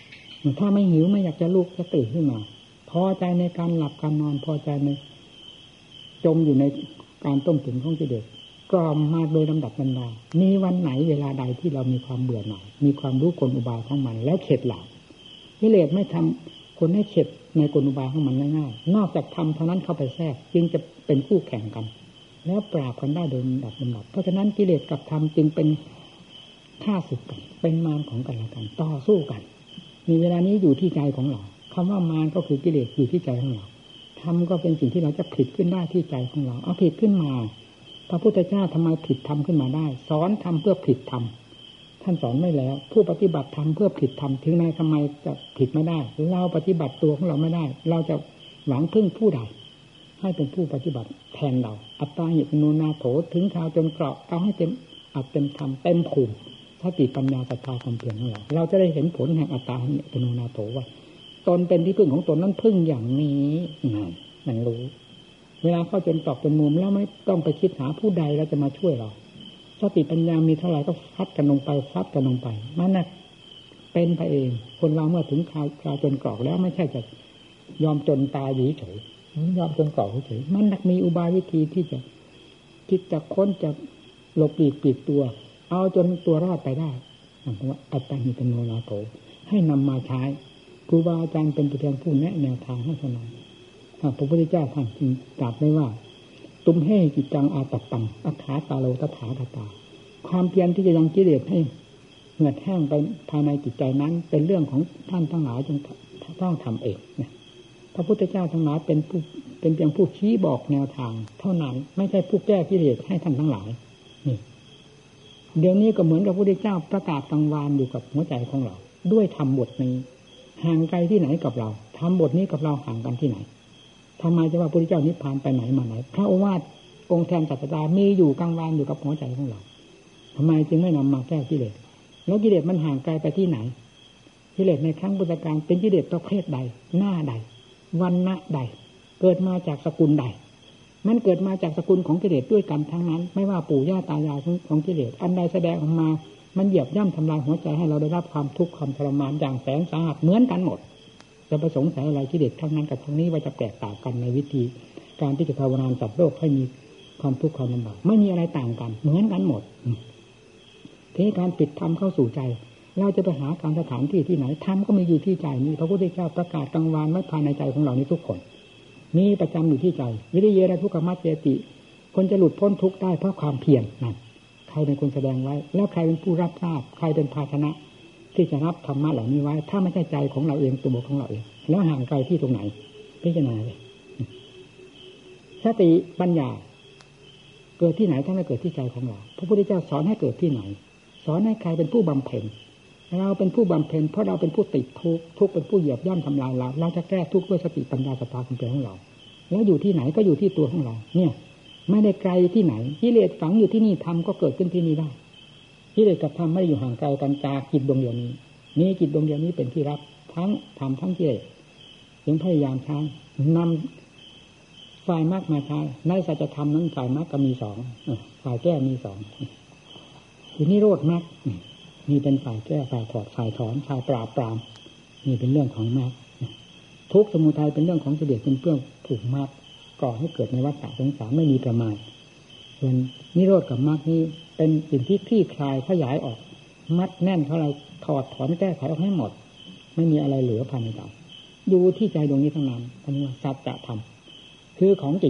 ถ้าไม่หิวไม่อยากจะลุกจะตื่นขึ้นมาพอใจในการหลับการนอนพอใจในจมอยู่ในการต้มตุ๋นของกิเลสกล่อมมาโดยลำดับลำดามีวันไหนเวลาใดที่เรามีความเบื่อหน่ายมีความรู้กลอุบายของมันแล้วเข็ดหลาบกิเลสไม่ทำคนให้เข็ดในกลอุบายของมันง่ายๆนอกจากทำเท่านั้นเข้าไปแทรกจึงจะเป็นคู่แข่งกันแล้วปราบกันได้โดยลำดับลำดับเพราะฉะนั้นกิเลสกับธรรมจึงเป็นข้าศึกกันเป็นมารของกันและกันต่อสู้กันมีเวลานี้อยู่ที่ใจของเราคำว่ามารก็คือกิเลสอยู่ที่ใจของเราธรรมก็เป็นสิ่งที่เราจะผลิตขึ้นได้ที่ใจของเราเอาผลิตขึ้นมาพระพุทธเจ้าทำไมผลิตธรรมขึ้นมาได้สอนธรรมเพื่อผลิตธรรมท่านสอนไม่แล้วผู้ปฏิบัติธรรมเพื่อผลิตธรรมถึงในทำไมจะผลิตไม่ได้เราปฏิบัติตัวของเราไม่ได้เราจะหวังพึ่งผู้ใดให้เป็นผู้ปฏิบัติแทนเราอัตตาหิตโนนาโถถึงคราวจนเกราะเอาให้เต็มอัดเต็มธรรมเต็มภูมิสติปัญญาศรัทธาความเพียรของเราเราจะได้เห็นผลแห่งอัตตาหิตโนนาโถว่าตนเป็นที่พึ่งของตนนั้นพึ่งอย่างนี้นั่นมันรู้เวลาเข้าจนตอกจนมุมแล้วไม่ต้องไปคิดหาผู้ใดแล้วจะมาช่วยเราสติปัญญามีเท่าไหร่ก็ฟัดกันลงไปฟัดกันลงไปมันน่ะเป็นไปเองคนเราเมื่อถึงคราวคราวจนกรอกแล้วไม่ใช่จะยอมจนตายอยู่เฉยยอมจนกรอกเฉยมันนักมีอุบายวิธีที่จะคิดจะค้นจะหลบหลีกปิดตัวเอาจนตัวรอดไปได้เพราะว่าอัตตาหิตโนนาโถให้นำมาใช้ครูบาอาจารย์เป็นตัวแทนผู้แนะแนวทางให้เท่านั้นพระพุทธเจ้าท่านจึงตรัสไว้ว่าตุมให้จิตจังอาตัปปังอัฏฐาตาโลตถาคตาความเพียรที่จะยังกิเลสให้เหือดแห้งไปภายในจิตใจนั้นเป็นเรื่องของท่านทั้งหลายจงต้องทำเองนะพระพุทธเจ้าทั้งหลายเป็นผู้เป็นเพียงผู้ชี้บอกแนวทางเท่านั้นไม่ใช่ผู้แก้กิเลสให้ท่านทั้งหลายนี่เดี๋ยวนี้ก็เหมือนกับพระพุทธเจ้าประกาศกลางวานอยู่กับหัวใจของเราด้วยธรรมบทนี้ห่างไกลที่ไหนกับเราธรรมบทนี้กับเราห่างกันที่ไหนทำไมจะว่าพระพุทธเจ้านิพพานไปไหนมาไหนพระโอวาทองค์แทนศาสดามีอยู่กลางวานอยู่กับหัวใจของเราทำไมจึงไม่นำมาแก้กิเลสแล้วกิเลสมันห่างไกลไปที่ไหนกิเลสในครั้งพุทธกาลเป็นกิเลสประเภทใดหน้าใดวรรณะใดเกิดมาจากสกุลใดมันเกิดมาจากสกุลของกิเลสด้วยกันทั้งนั้นไม่ว่าปู่ย่าตายายของกิเลสอันใดแสดงออกมามันเหยียบย่ำทำลายหัวใจให้เราได้รับความทุกข์ความทรมานอย่างแสนสาหัสเหมือนกันหมดจะประสงค์ใส่อะไรกิเลสทั้งนั้นกับทั้งนี้ว่าจะแตกต่างกันในวิธีการที่จะภาวนาสัตว์โลกให้มีความทุกข์ความลำบากไม่มีอะไรต่างกันเหมือนกันหมดทีนี้การปิดธรรมเข้าสู่ใจเราจะไปหาการสถานที่ที่ไหนธรรมก็มีอยู่ที่ใจนี้พระพุทธเจ้าประกาศกลางวานไว้ภายในใจของเรานี้ทุกคนมีประจำอยู่ที่ใจวิริยะทุกขมัจเจติคนจะหลุดพ้นทุกข์ได้เพราะความเพียรนั่นใครเป็นคนแสดงไว้แล้วใครเป็นผู้รับทราบใครเป็นภาชนะที่จะรับธรรมะเหล่านี้ไว้ถ้าไม่ใช่ใจของเราเองตัวบุคคลของเราเองแล้วห่างไกลที่ตรงไหนพิจารณาเลยสติปัญญาเกิดที่ไหนถ้าไม่เกิดที่ใจของเราพระพุทธเจ้าสอนให้เกิดที่ไหนสอนให้ใครเป็นผู้บำเพ็ญเราเป็นผู้บำเพ็ญเพราะเราเป็นผู้ติดทุกข์ทุกข์เป็นผู้เหยียบย่ำทำลายเราเราจะแก้ทุกข์ด้วยสติปัญญาศรัทธาความเพียรของเราแล้วอยู่ที่ไหนก็อยู่ที่ตัวของเราเนี่ยไม่ได้ไกลที่ไหนกิเลสฝังอยู่ที่นี่ธรรมก็เกิดขึ้นที่นี่ได้กิเลสกับธรรมไม่ได้อยู่ห่างไกลกันจากจิตดวงเดียวนี้นี่จิตดวงเดียวนี้เป็นที่รับทั้งธรรมทั้งกิเลสจึงพยายามใช้นำฝ่ายมรรคมาใช้ในสัจธรรมนั้นฝ่ายมรรคก็มีสองฝ่ายแก้มีสองทีนี้โรดมรรคมีเป็นฝ่ายแก้ฝ่ายถอดฝ่ายถอนฝ่ายปราบปรามนี่เป็นเรื่องของมรรคทุกข์สมุทัยเป็นเรื่องของกิเลสเป็นเรื่องผูกมรรคก่อให้เกิดในวัฏฏะสงสารไม่มีประมาณส่วนนิโรธกับมรรคนี้เป็นสิ่งที่คลี่คลายขยายออกมัดแน่นเท่าไรถอดถอนแก้ไขออกให้หมดไม่มีอะไรเหลือภายในใจอยู่ที่ใจดวงนี้ทั้งนั้นอันนี้สัจธรรมคือของจริง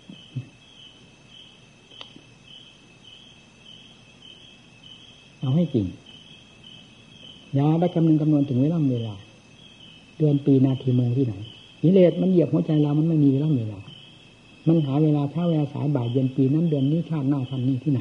เอาให้จริงอย่าไปคำนึงคำนวณถึงเวลาเวลาเดือนปีนาทีโมงที่ไหนกิเลสมันเหยียบหัวใจเรามันไม่มีเวลาเวลามันหาเวลาเช้าเวลาสายบ่ายเย็นปีนั้นเดือนนี้ชาติหน้าชาตินี้ที่ไหน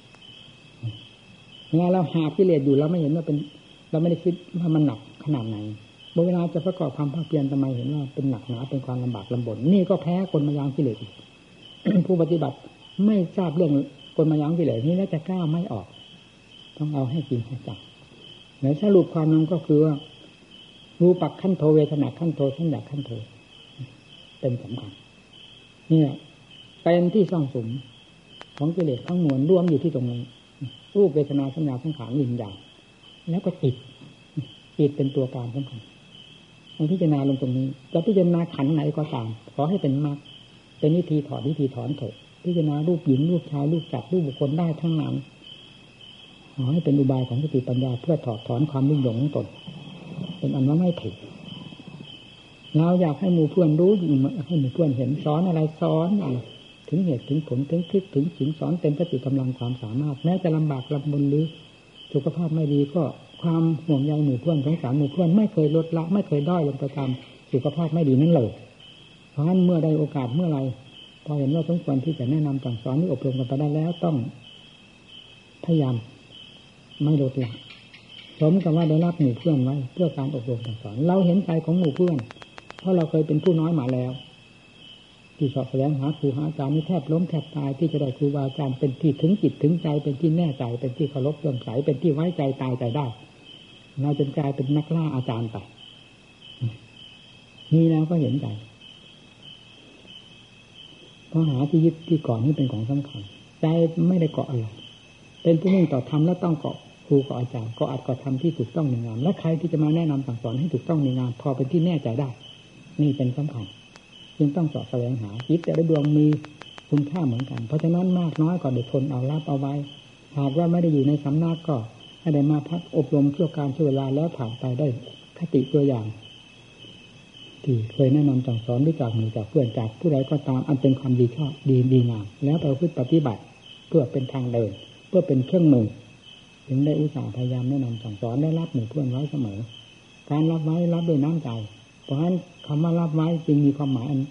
เวลาเราหากิเลสอยู่เราไม่เห็นว่าเป็นเราไม่ได้คิดว่ามันหนักขนาดไหนเวลาจะประกอบความภาคเพียรทำไมเห็นว่าเป็นหนักหนาเป็นความลำบากลำบนนี่ก็แพ้คนมายางกิเลส ผู้ปฏิบัติไม่ทราบเรื่องคนมายางกิเลสนี้แล้วจะกล้าไม่ออกต้องเอาให้จริงให้จังในสรุปความนั้นก็คือว่ารูปักขั้นโทเวทนาขั้นโทสัญญาขั้นโทเป็นสำคัญเนี่ยเป็นที่ซ่องสุมของกิเลสทั้งมวลรวมอยู่ที่ตรงนี้รูปเวทนาสัญญาสังขารวิญญาณแล้วก็จิตจิตเป็นตัวการสำคัญมันพิจารณาลงตรงนี้จะพิจารณาขันธ์ไหนก็ตามขอให้เป็นมรรคเป็นวิธีถอดวิธีถอนเถิดพิจารณารูปหญิงรูปชายรูปจักรรูปบุคคลได้ทั้งนั้นขอให้เป็นอุบายของสติปัญญาเพื่อถอดถอนความรุ่มหลงของตนเป็นอันว่าไม่ผิดเราอยากให้หมู่เพื่อนรู้ให้หมู่เพื่อนเห็นสอนอะไรสอนอะไรถึงเหตุถึงผลถึงทิศถึงถึงสอนเต็มสติกำลังความสามารถแม้จะลำบากลำบนหรือสุขภาพไม่ดีก็ความห่วงใยหมู่เพื่อนสงสารหมู่เพื่อนไม่เคยลดละไม่เคยด้อยลงไปตามสุขภาพไม่ดีนั่นเลยเพราะฉะนั้นเมื่อได้โอกาสเมื่อไรพอเห็นว่าสมควรที่จะแนะนำสั่งสอนนี่อบรมกันไปได้แล้วต้องพยายามไม่ลดละสมกับว่าได้รับหมู่เพื่อนไว้เพื่อการอบรมสั่งสอนเราเห็นใจของหมู่เพื่อนเพราะเราเคยเป็นผู้น้อยมาแล้วที่สอบแสวงหาครูหาอาจารย์นี่แทบล้มแทบตายที่จะได้ครูบาอาจารย์เป็นที่ถึงจิตถึงใจเป็นที่แน่ใจเป็นที่เคารพเลื่อมใสเป็นที่ไว้ใจตายใจได้เราจนกลายเป็นนักล่าอาจารย์ไปนี่แล้วก็เห็นใจเพราะหาที่ยึดที่เกาะนี่เป็นของสำคัญใจไม่ได้เกาะอะไรเป็นผู้มุ่งต่อธรรมแล้วต้องเกาะครูกับอาจารย์ก็อาจเกาะธรรมที่ถูกต้องในงามและใครที่จะมาแนะนำสั่งสอนให้ถูกต้องในงามพอเป็นที่แน่ใจได้นี่เป็นสำคัญจึงต้องสอบแสวงหาจิตแต่ละดวงมีคุณค่าเหมือนกันเพราะฉะนั้นมากน้อยก็เด็ดทนเอารับเอาไว้หากว่าไม่ได้อยู่ในสำนักก็ให้ได้มาพักอบรมชั่วการชั่วเวลาแล้วผ่านไปได้คติตัวอย่างที่เคยแนะนำสั่งสอนด้วยจากหมู่จากเพื่อนจากผู้ใดก็ตามอันเป็นความดีชอบดีดีงามแล้วไปพึ่งปฏิบัติเพื่อเป็นทางเดินเพื่อเป็นเครื่องมือถึงได้อุตส่าห์พยายามแนะนำสั่งสอนได้รับหมู่เพื่อนไว้เสมอการรับไว้รับด้วยน้ำใจเพราะฉะนั้นคำว่ารับไว้จึงมีความหมายอัน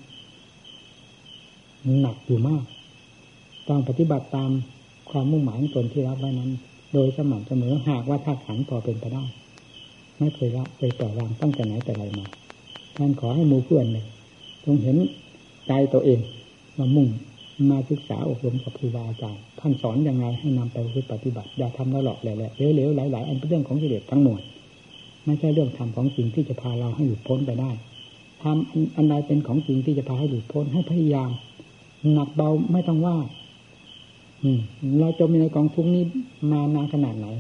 หนักอยู่มากต้องปฏิบัติตามความมุ่งหมายของตนที่รับไว้นั้นโดยสม่ำเสมอหากว่าถ้าขันพอเป็นไปได้ไม่เคยละเคยปล่อยวางตั้งแต่ไหนแต่ไรมาท่านขอให้หมู่เพื่อนเลยจงเห็นใจตัวเองมามุ่งมาศึกษาอบรมกับครูบาอาจารย์ท่านสอนอย่างไรให้นำไปปฏิบัติอย่าทำแล้วหลอกแหละเหลวๆหลายๆอันเป็นเรื่องของกิเลสทั้งมวลไม่ใช่เรื่องธรรมของจริงที่จะพาเราให้หลุดพ้นไปได้ทำอันใดเป็นของจริงที่จะพาให้หลุดพ้นให้พยายามหนักเบาไม่ต้องว่าอืมเราจมในกองทุกข์นี้มานานขนาดไหน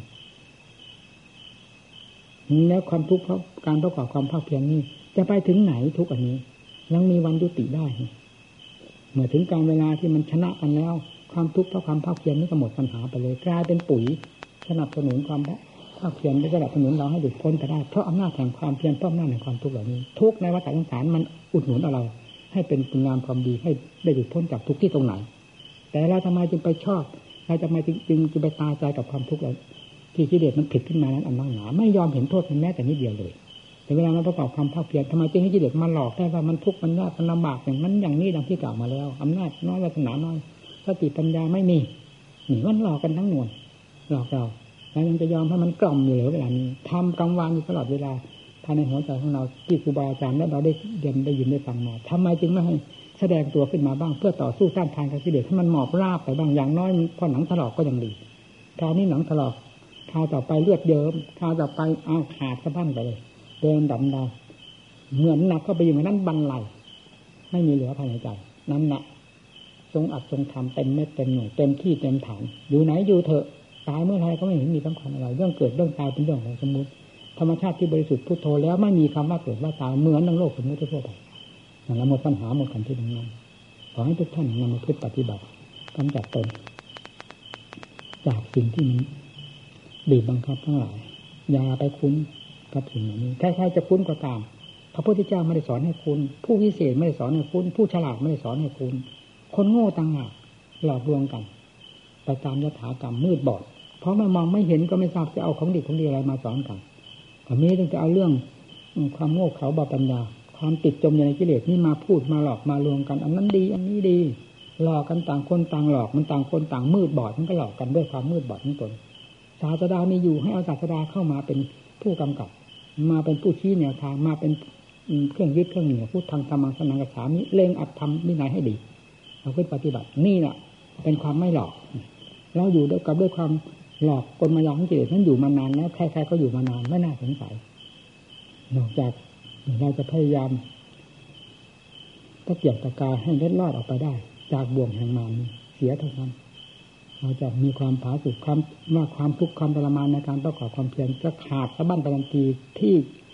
แล้วความทุกข์เพราะการประกอบความภาคเพียรนี้จะไปถึงไหนทุกอันนี้ยังมีวันยุติได้เมื่อถึงการเวลาที่มันชนะกันแล้วความทุกข์เพราะความภาคเพียรนี้ก็หมดปัญหาไปเลยกลายเป็นปุ๋ยสนับสนุนความภาคเพียรได้สนับสนุนเราให้หลุดพ้นไปได้เพราะอำนาจแห่งความเพียรเพราะอำนาจแห่งความทุกข์เหล่านี้ทุกในวัฏสงสารมันอุดหนุนเราให้เป็นคุณงามความดีให้ได้หลุดพ้นจากทุกข์ที่ตรงไหนแต่เราทำไมจึงไปชอบเราทำไมจึงจึงจะไปตาใจกับความทุกข์ที่กิเลสมันผิดขึ้นมานั้นอันนั่งหนาไม่ยอมเห็นโทษมันแม้แต่นิดเดียวเลยแต่เวลาเราประกอบความภาคเพียรทำไมจึงให้กิเลสมาหลอกได้ว่ามันทุกข์มันยากมันลำบากอย่างนั้นอย่างนี้ดังที่กล่าวมาแล้วอำนาจน้อยวาสนาน้อยสติปัญญาไม่มีนี่มันหลอกกันทั้งมวลหลอกเราแล้วยังจะยอมให้มันกล่อมอยู่เหรอเวลานี้ทำกลางวันอยู่ตลอดเวลาภายในหัวใจของเราที่ครูบาอาจารย์และเราได้เรียนได้ยินได้ฟังมาทำไมจึงไม่ให้แสดงตัวขึ้นมาบ้างเพื่อต่อสู้ต้านทานกับกิเลสให้มันหมอบราบไปบ้างอย่างน้อยพอหนังถลอกก็ยังดีคราวนี้หนังถลอกคราวต่อไปเลือดเยิ้มคราวต่อไปเอาขาดสะบั้นไปเลยเดินดำดาวเหมือนหนักเข้าไปอยู่ในนั้นบันไลไม่มีเหลือภายในใจนั่นแหละทรงอัดทรงทำเต็มเม็ดเต็มหน่วยเต็มที่เต็มฐานอยู่ไหนอยู่เถอะตายเมื่อไรก็ไม่เห็นมีสำคัญอะไรเรื่องเกิดเรื่องตายเป็นเรื่องของสมมุติธรรมชาติที่บริสุทธิ์พุทโธแล้วไม่มีคำว่าเกิดว่าตายเหมือนในโลกสมมุติทั่วไปนั่นแหละหมดปัญหาหมดกันที่ตรงนั้นขอให้ทุกท่านนำมาพิจปฏิบัติกำจัดตนจากสิ่งที่มันบีบบังคับทั้งหลายอย่าไปคุ้นกับสิ่งเหล่านี้ใครๆจะคุ้นก็ตามพระพุทธเจ้าไม่ได้สอนให้คุ้นผู้วิเศษไม่ได้สอนให้คุ้นผู้ฉลาดไม่ได้สอนให้คุ้นคนโง่ต่างหากหลอกลวงกันไปตามยถากรรมมืดบอดเพราะมันมองไม่เห็นก็ไม่ทราบจะเอาของดีของดีอะไรมาสอนกันแต่นี้ต้องจะเอาเรื่องความโง่เขลาบาปัญญาความติดจมอยู่ในกิเลสนี่มาพูดมาหลอกมาลวงกันอันนั้นดีอันนี้ดีหลอกกันต่างคนต่างหลอกมันต่างคนต่างมืดบอดมันก็หลอกกันด้วยความมืดบอดของตนศาสดามีอยู่ให้เอาศาสดาเข้ามาเป็นผู้กำกับมาเป็นผู้ชี้แนวทางมาเป็นเครื่องยึดเครื่องเหนี่ยวพูดทางธรรมะสนังกัจฉามิเล่งอัดทำวินัยให้ดีเอาขึ้นปฏิบัตินี่แหละเป็นความไม่หลอกเราอยู่ด้วยกับด้วยความหลอกกลมายาของกิเลสนั้นอยู่มานานแล้วใครๆก็อยู่มานานไม่น่าสงสัยนอกจากเราจะพยายามตะเกียบตะกายให้เล็ดลอดออกไปได้จากบ่วงแห่งมารเสียเท่านั้นเราจะมีความผาสุกความว่าความทุกข์ความทรมานในการประกอบความเพียรจะขาดสะบั้นไปทันทีที่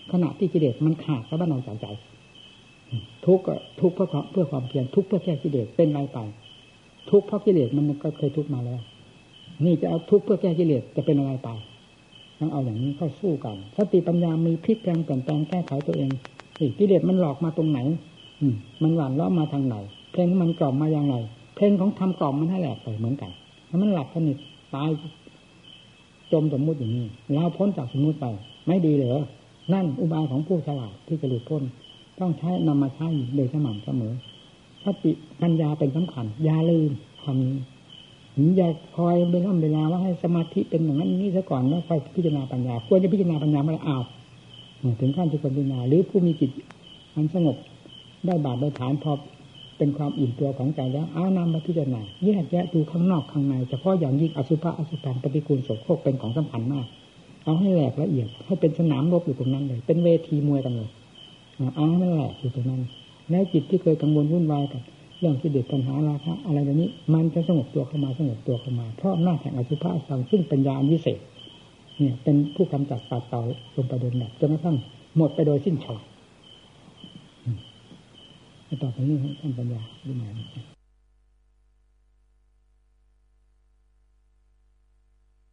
ขณะที่กิเลสมันขาดแล้วบ้านเราจากใจทุกข์ก็ทุกข์เพื่อเพื่อความเพียรทุกข์เพื่อแก้กิเลสเป็นไรไปทุกข์เพราะกิเลสมันก็เคยทุกข์มาแล้วนี่จะเอาทุกข์เพื่อแก้กิเลสจะเป็นอะไรไปต้องเอาอย่างนี้เข้าสู้กันสติปัญญามีพลิกแปลงเปลี่ยนแปลงแก้ไขตัวเองกิเลสมันหลอกมาตรงไหนมันหวานล้อมมาทางไหนเพลงมันกล่อมมาอย่างไรเพลงของทำกล่อมมันให้แหลกไปเหมือนกันถ้ามันหลับสนิทตายจมสมมุติอย่างนี้เราพ้นจากสมมุติไปไม่ดีเหรอนั่นอุบายของผู้ฉลาดที่จะหลุดพ้นต้องใช้นำมาใช้โดยสม่ำเสมอสติปัญญาเป็นสำคัญอย่าลืมความนี้อย่าคอยเวลาเวลาว่าให้สมาธิเป็นอย่างนั้นนี่ซะก่อนแล้วค่อยพิจารณาปัญญาควรจะพิจารณาปัญญาไม่เอาถึงขั้นที่ควรพิจารณาหรือผู้มีจิตมันสงบได้บาดได้ฐานพอเป็นความอิ่มตัวของใจแล้วเอานำมาพิจารณาแยกแยะดูข้างนอกข้างในเฉพาะอย่างยิ่งอสุภะอสุภังปฏิกูลโสโครกเป็นของสำคัญมากเอาให้แหลกละเอียดให้เป็นสนามรบอยู่ตรงนั้นเลยเป็นเวทีมวยกันเลยเอาให้มันแหลกอยู่ตรงนั้นแล้วจิตที่เคยกังวลวุ่นวายกับเรื่องกิเลสปัญหาราคะอะไรแบบนี้มันจะสงบตัวเข้ามาสงบตัวเข้ามาเพราะอำนาจแห่งอสุภะอสุภังซึ่งเป็นญาณวิเศษเนี่ยเป็นผู้กำจัดปัดเป่าลงไปโดยแบบจนกระทั่งหมดไปโดยสิ้นเชิงต่อไปนี้ท่านปัญญาดูหน่อย